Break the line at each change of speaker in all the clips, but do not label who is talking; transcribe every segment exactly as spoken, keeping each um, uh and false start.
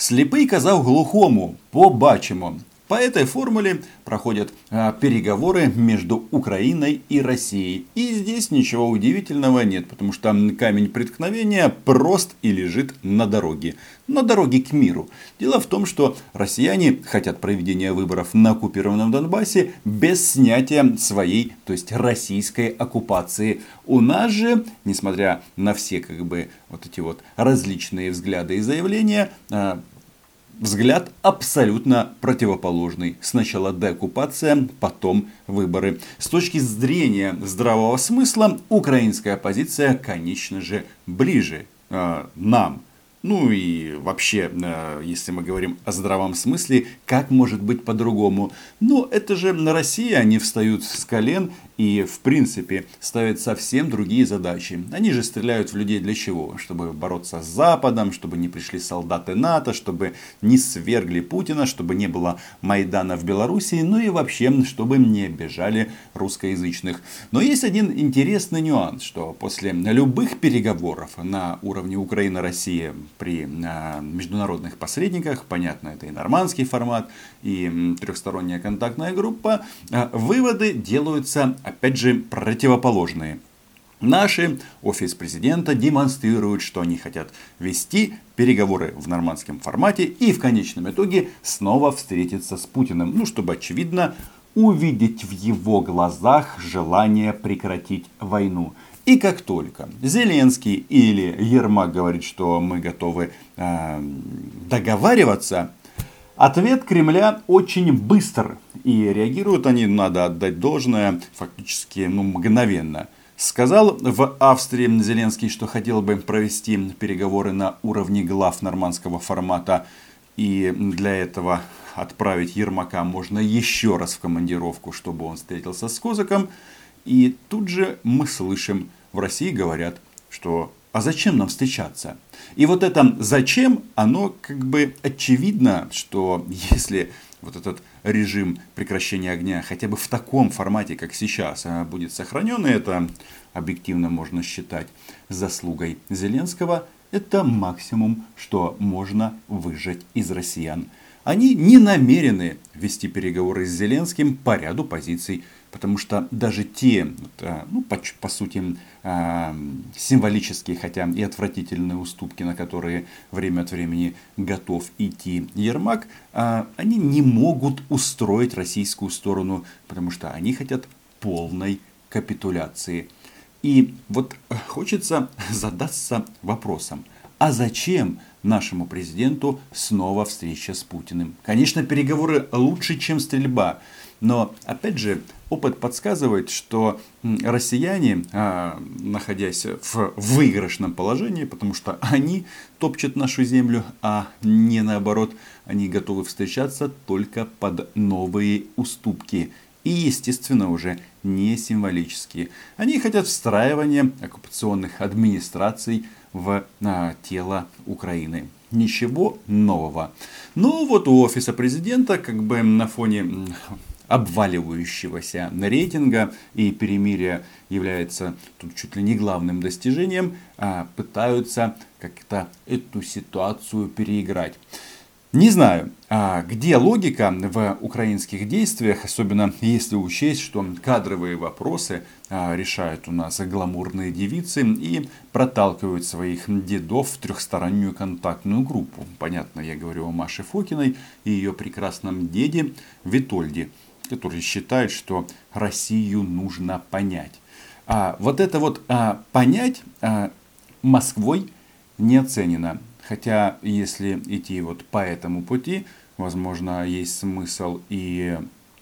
Сліпий казав глухому: побачимо. По этой формуле проходят а, переговоры между Украиной и Россией. И здесь ничего удивительного нет, потому что камень преткновения прост и лежит на дороге. На дороге к миру. Дело в том, что россияне хотят проведения выборов на оккупированном Донбассе без снятия своей, то есть российской оккупации. У нас же, несмотря на все как бы вот эти вот различные взгляды и заявления, а, взгляд абсолютно противоположный. Сначала деоккупация, потом выборы. С точки зрения здравого смысла, украинская позиция, конечно же, ближе э, нам. Ну и вообще, э, если мы говорим о здравом смысле, как может быть по-другому? Ну, это же на России они встают с колен и, в принципе, ставят совсем другие задачи. Они же стреляют в людей для чего? Чтобы бороться с Западом, чтобы не пришли солдаты НАТО, чтобы не свергли Путина, чтобы не было Майдана в Белоруссии, ну и вообще, чтобы не обижали русскоязычных. Но есть один интересный нюанс, что после любых переговоров на уровне Украина-Россия при международных посредниках, понятно, это и нормандский формат, и трехсторонняя контактная группа, выводы делаются, опять же, противоположные. Наши, офис президента, демонстрируют, что они хотят вести переговоры в нормандском формате и в конечном итоге снова встретиться с Путиным. Ну, чтобы, очевидно, увидеть в его глазах желание прекратить войну. И как только Зеленский или Ермак говорит, что мы готовы э, договариваться, ответ Кремля очень быстр. И реагируют они, надо отдать должное, фактически ну, мгновенно. Сказал в Австрии Зеленский, что хотел бы провести переговоры на уровне глав нормандского формата. И для этого отправить Ермака можно еще раз в командировку, чтобы он встретился с Козаком. И тут же мы слышим, в России говорят, что а зачем нам встречаться? И вот это зачем, оно как бы очевидно, что если вот этот режим прекращения огня хотя бы в таком формате, как сейчас, будет сохранен, и это объективно можно считать заслугой Зеленского, это максимум, что можно выжать из россиян. Они не намерены вести переговоры с Зеленским по ряду позиций, потому что даже те, ну, по, по сути, символические, хотя и отвратительные уступки, на которые время от времени готов идти Ермак, они не могут устроить российскую сторону, потому что они хотят полной капитуляции. И вот хочется задаться вопросом, а зачем нашему президенту снова встреча с Путиным? Конечно, переговоры лучше, чем стрельба. Но, опять же, опыт подсказывает, что россияне, находясь в выигрышном положении, потому что они топчут нашу землю, а не наоборот, они готовы встречаться только под новые уступки. И, естественно, уже не символические. Они хотят встраивания оккупационных администраций в а, тело Украины. Ничего нового. Ну вот у офиса президента как бы на фоне обваливающегося рейтинга и перемирия является тут чуть ли не главным достижением, а пытаются как-то эту ситуацию переиграть. Не знаю, где логика в украинских действиях, особенно если учесть, что кадровые вопросы решают у нас гламурные девицы и проталкивают своих дедов в трехстороннюю контактную группу. Понятно, я говорю о Маше Фокиной и ее прекрасном деде Витольде, который считает, что Россию нужно понять. А вот это вот а, понять а, Москвой не оценено. Хотя, если идти вот по этому пути, возможно, есть смысл и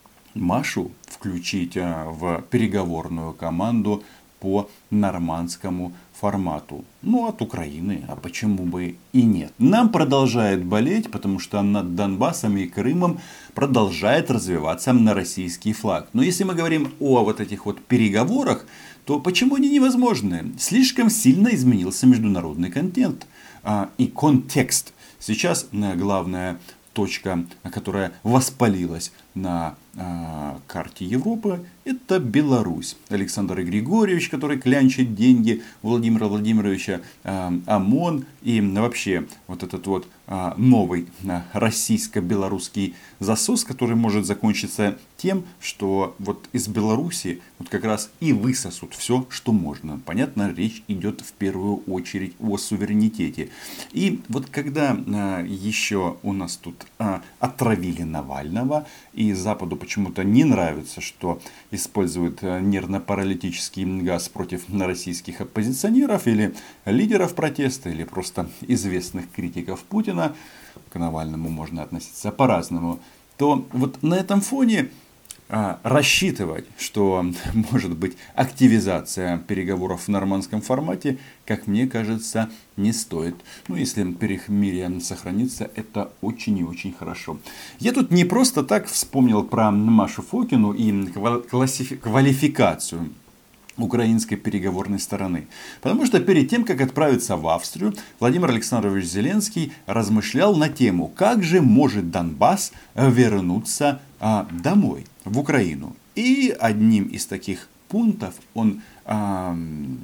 Машу включить в переговорную команду по нормандскому формату. Ну, от Украины, а почему бы и нет. Нам продолжает болеть, потому что над Донбассом и Крымом продолжает развиваться на российский флаг. Но если мы говорим о вот этих вот переговорах, то почему они невозможны? Слишком сильно изменился международный контент и контекст. Сейчас главная точка, которая воспалилась на э, карте Европы, это Беларусь. Александр Григорьевич, который клянчит деньги Владимира Владимировича, э, ОМОН и вообще вот этот вот э, новый э, российско-белорусский засос, который может закончиться тем, что вот из Беларуси вот как раз и высосут все, что можно. Понятно, речь идет в первую очередь о суверенитете. И вот когда э, еще у нас тут э, отравили Навального, и Западу почему-то не нравится, что используют нервно-паралитический газ против российских оппозиционеров или лидеров протеста, или просто известных критиков Путина, к Навальному можно относиться по-разному, то вот на этом фоне а, рассчитывать, что может быть активизация переговоров в нормандском формате, как мне кажется, не стоит. Ну, если перемирие сохранится, это очень и очень хорошо. Я тут не просто так вспомнил про Машу Фокину и квалификацию украинской переговорной стороны. Потому что перед тем, как отправиться в Австрию, Владимир Александрович Зеленский размышлял на тему, как же может Донбасс вернуться а, домой, в Украину. И одним из таких пунктов он а,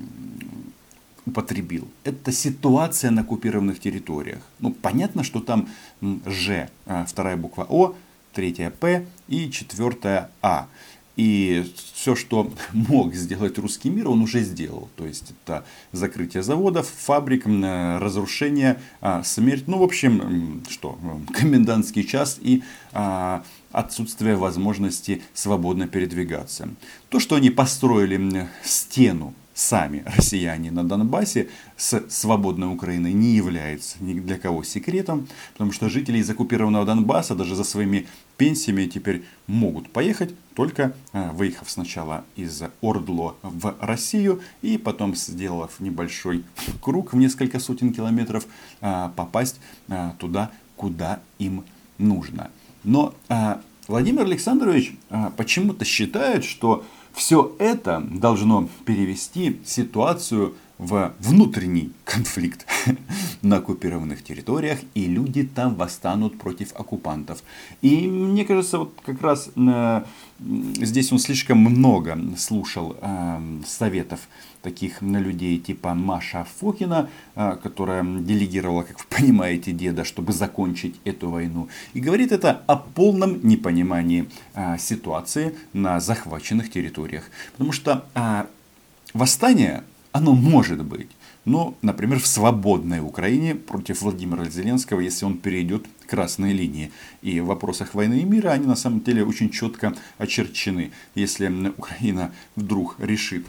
употребил. Это ситуация на оккупированных территориях. Ну, понятно, что там Ж, вторая буква О, третья П и четвертая А. И все, что мог сделать русский мир, он уже сделал. То есть это закрытие заводов, фабрик, разрушение, смерть. Ну, в общем, что, комендантский час и отсутствие возможности свободно передвигаться. То, что они построили стену, сами россияне на Донбассе с свободной Украиной, не является ни для кого секретом, потому что жители из оккупированного Донбасса даже за своими пенсиями теперь могут поехать, только выехав сначала из Ордло в Россию и потом, сделав небольшой круг в несколько сотен километров, попасть туда, куда им нужно. Но Владимир Александрович почему-то считает, что все это должно перевести ситуацию в внутренний конфликт на оккупированных территориях, и люди там восстанут против оккупантов. И мне кажется, вот как раз э, здесь он слишком много слушал э, советов таких людей типа Маша Фокина, э, которая делегировала, как вы понимаете, деда, чтобы закончить эту войну. И говорит это о полном непонимании э, ситуации на захваченных территориях. Потому что э, восстание, оно может быть. Но, например, в свободной Украине против Владимира Зеленского, если он перейдет красные линии. И в вопросах войны и мира они на самом деле очень четко очерчены. Если Украина вдруг решит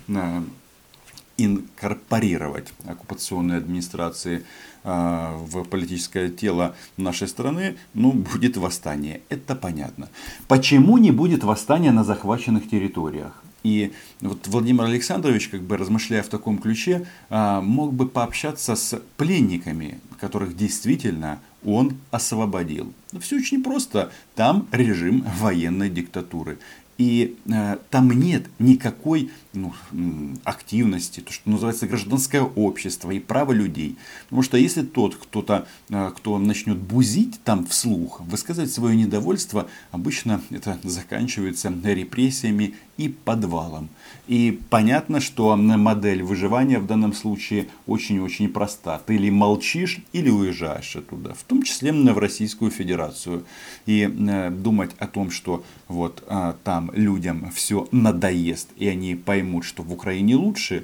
инкорпорировать оккупационные администрации в политическое тело нашей страны, ну, будет восстание. Это понятно. Почему не будет восстания на захваченных территориях? И вот Владимир Александрович, как бы размышляя в таком ключе, мог бы пообщаться с пленниками, которых действительно он освободил. Все очень просто. Там режим военной диктатуры. И э, там нет никакой ну, активности, то, что называется гражданское общество и право людей. Потому что если тот, кто-то, э, кто начнет бузить там вслух, высказывать свое недовольство, обычно это заканчивается репрессиями и подвалом. И понятно, что модель выживания в данном случае очень-очень проста. Ты или молчишь, или уезжаешь оттуда, в том числе в Российскую Федерацию. И э, думать о том, что вот э, там людям все надоест, и они поймут, что в Украине лучше,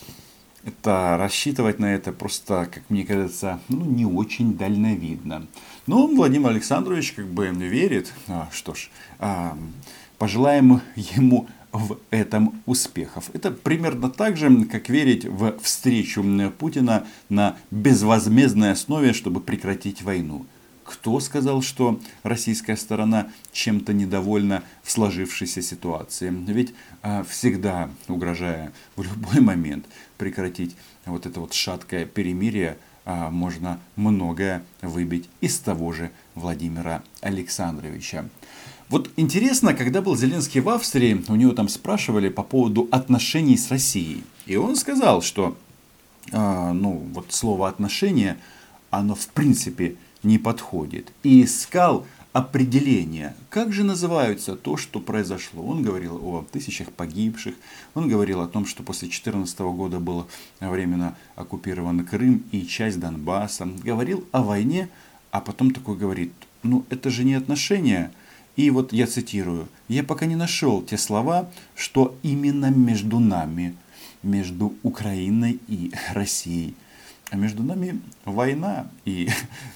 это рассчитывать на это просто, как мне кажется, ну, не очень дальновидно. Но Владимир Александрович как бы верит, что ж, пожелаем ему в этом успехов. Это примерно так же, как верить в встречу Путина на безвозмездной основе, чтобы прекратить войну. Кто сказал, что российская сторона чем-то недовольна в сложившейся ситуации? Ведь э, всегда, угрожая в любой момент прекратить вот это вот шаткое перемирие, э, можно многое выбить из того же Владимира Александровича. Вот интересно, когда был Зеленский в Австрии, у него там спрашивали по поводу отношений с Россией. И он сказал, что э, ну, вот слово «отношения», оно в принципе не подходит. И искал определение. Как же называются то, что произошло? Он говорил о тысячах погибших, он говорил о том, что после две тысячи четырнадцатого года был временно оккупирован Крым и часть Донбасса. Говорил о войне, а потом такой говорит, ну это же не отношения. И вот я цитирую, я пока не нашел те слова, что именно между нами, между Украиной и Россией. А между нами война, и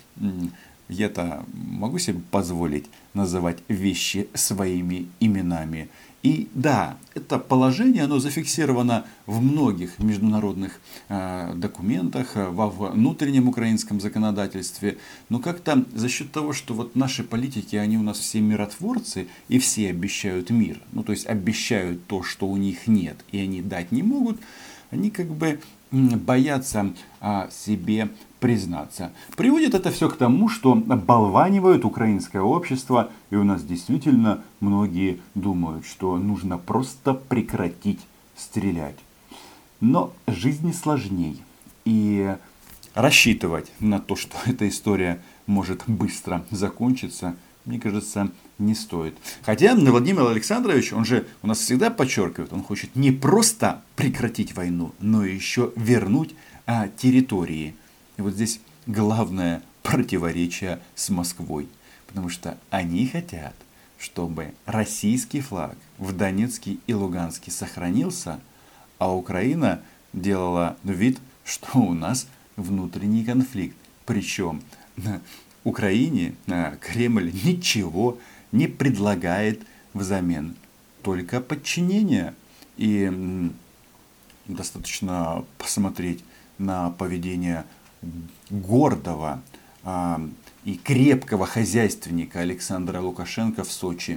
я-то могу себе позволить называть вещи своими именами. И да, это положение, оно зафиксировано в многих международных э, документах, во внутреннем украинском законодательстве. Но как-то за счет того, что вот наши политики, они у нас все миротворцы, и все обещают мир, ну то есть обещают то, что у них нет, и они дать не могут, они как бы боятся о себе признаться. Приводит это все к тому, что оболванивают украинское общество, и у нас действительно многие думают, что нужно просто прекратить стрелять. Но жизнь сложней, и рассчитывать на то, что эта история может быстро закончиться, мне кажется, не стоит. Хотя Владимир Александрович, он же у нас всегда подчеркивает, он хочет не просто прекратить войну, но еще вернуть а, территории. И вот здесь главное противоречие с Москвой. Потому что они хотят, чтобы российский флаг в Донецке и Луганске сохранился, а Украина делала вид, что у нас внутренний конфликт. Причем Украине Кремль ничего не предлагает взамен, только подчинение. И достаточно посмотреть на поведение гордого а, и крепкого хозяйственника Александра Лукашенко в Сочи.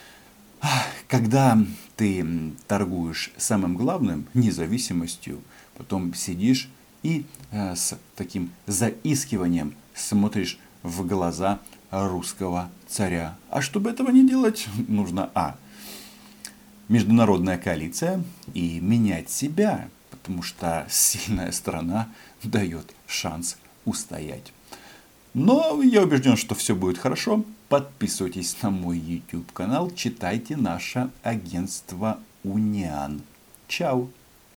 Когда ты торгуешь самым главным, независимостью, потом сидишь и а, с таким заискиванием смотришь в глаза русского царя. А чтобы этого не делать, нужно а. международная коалиция и менять себя, потому что сильная страна дает шанс устоять. Но я убежден, что все будет хорошо. Подписывайтесь на мой YouTube канал, читайте наше агентство Униан. Чао!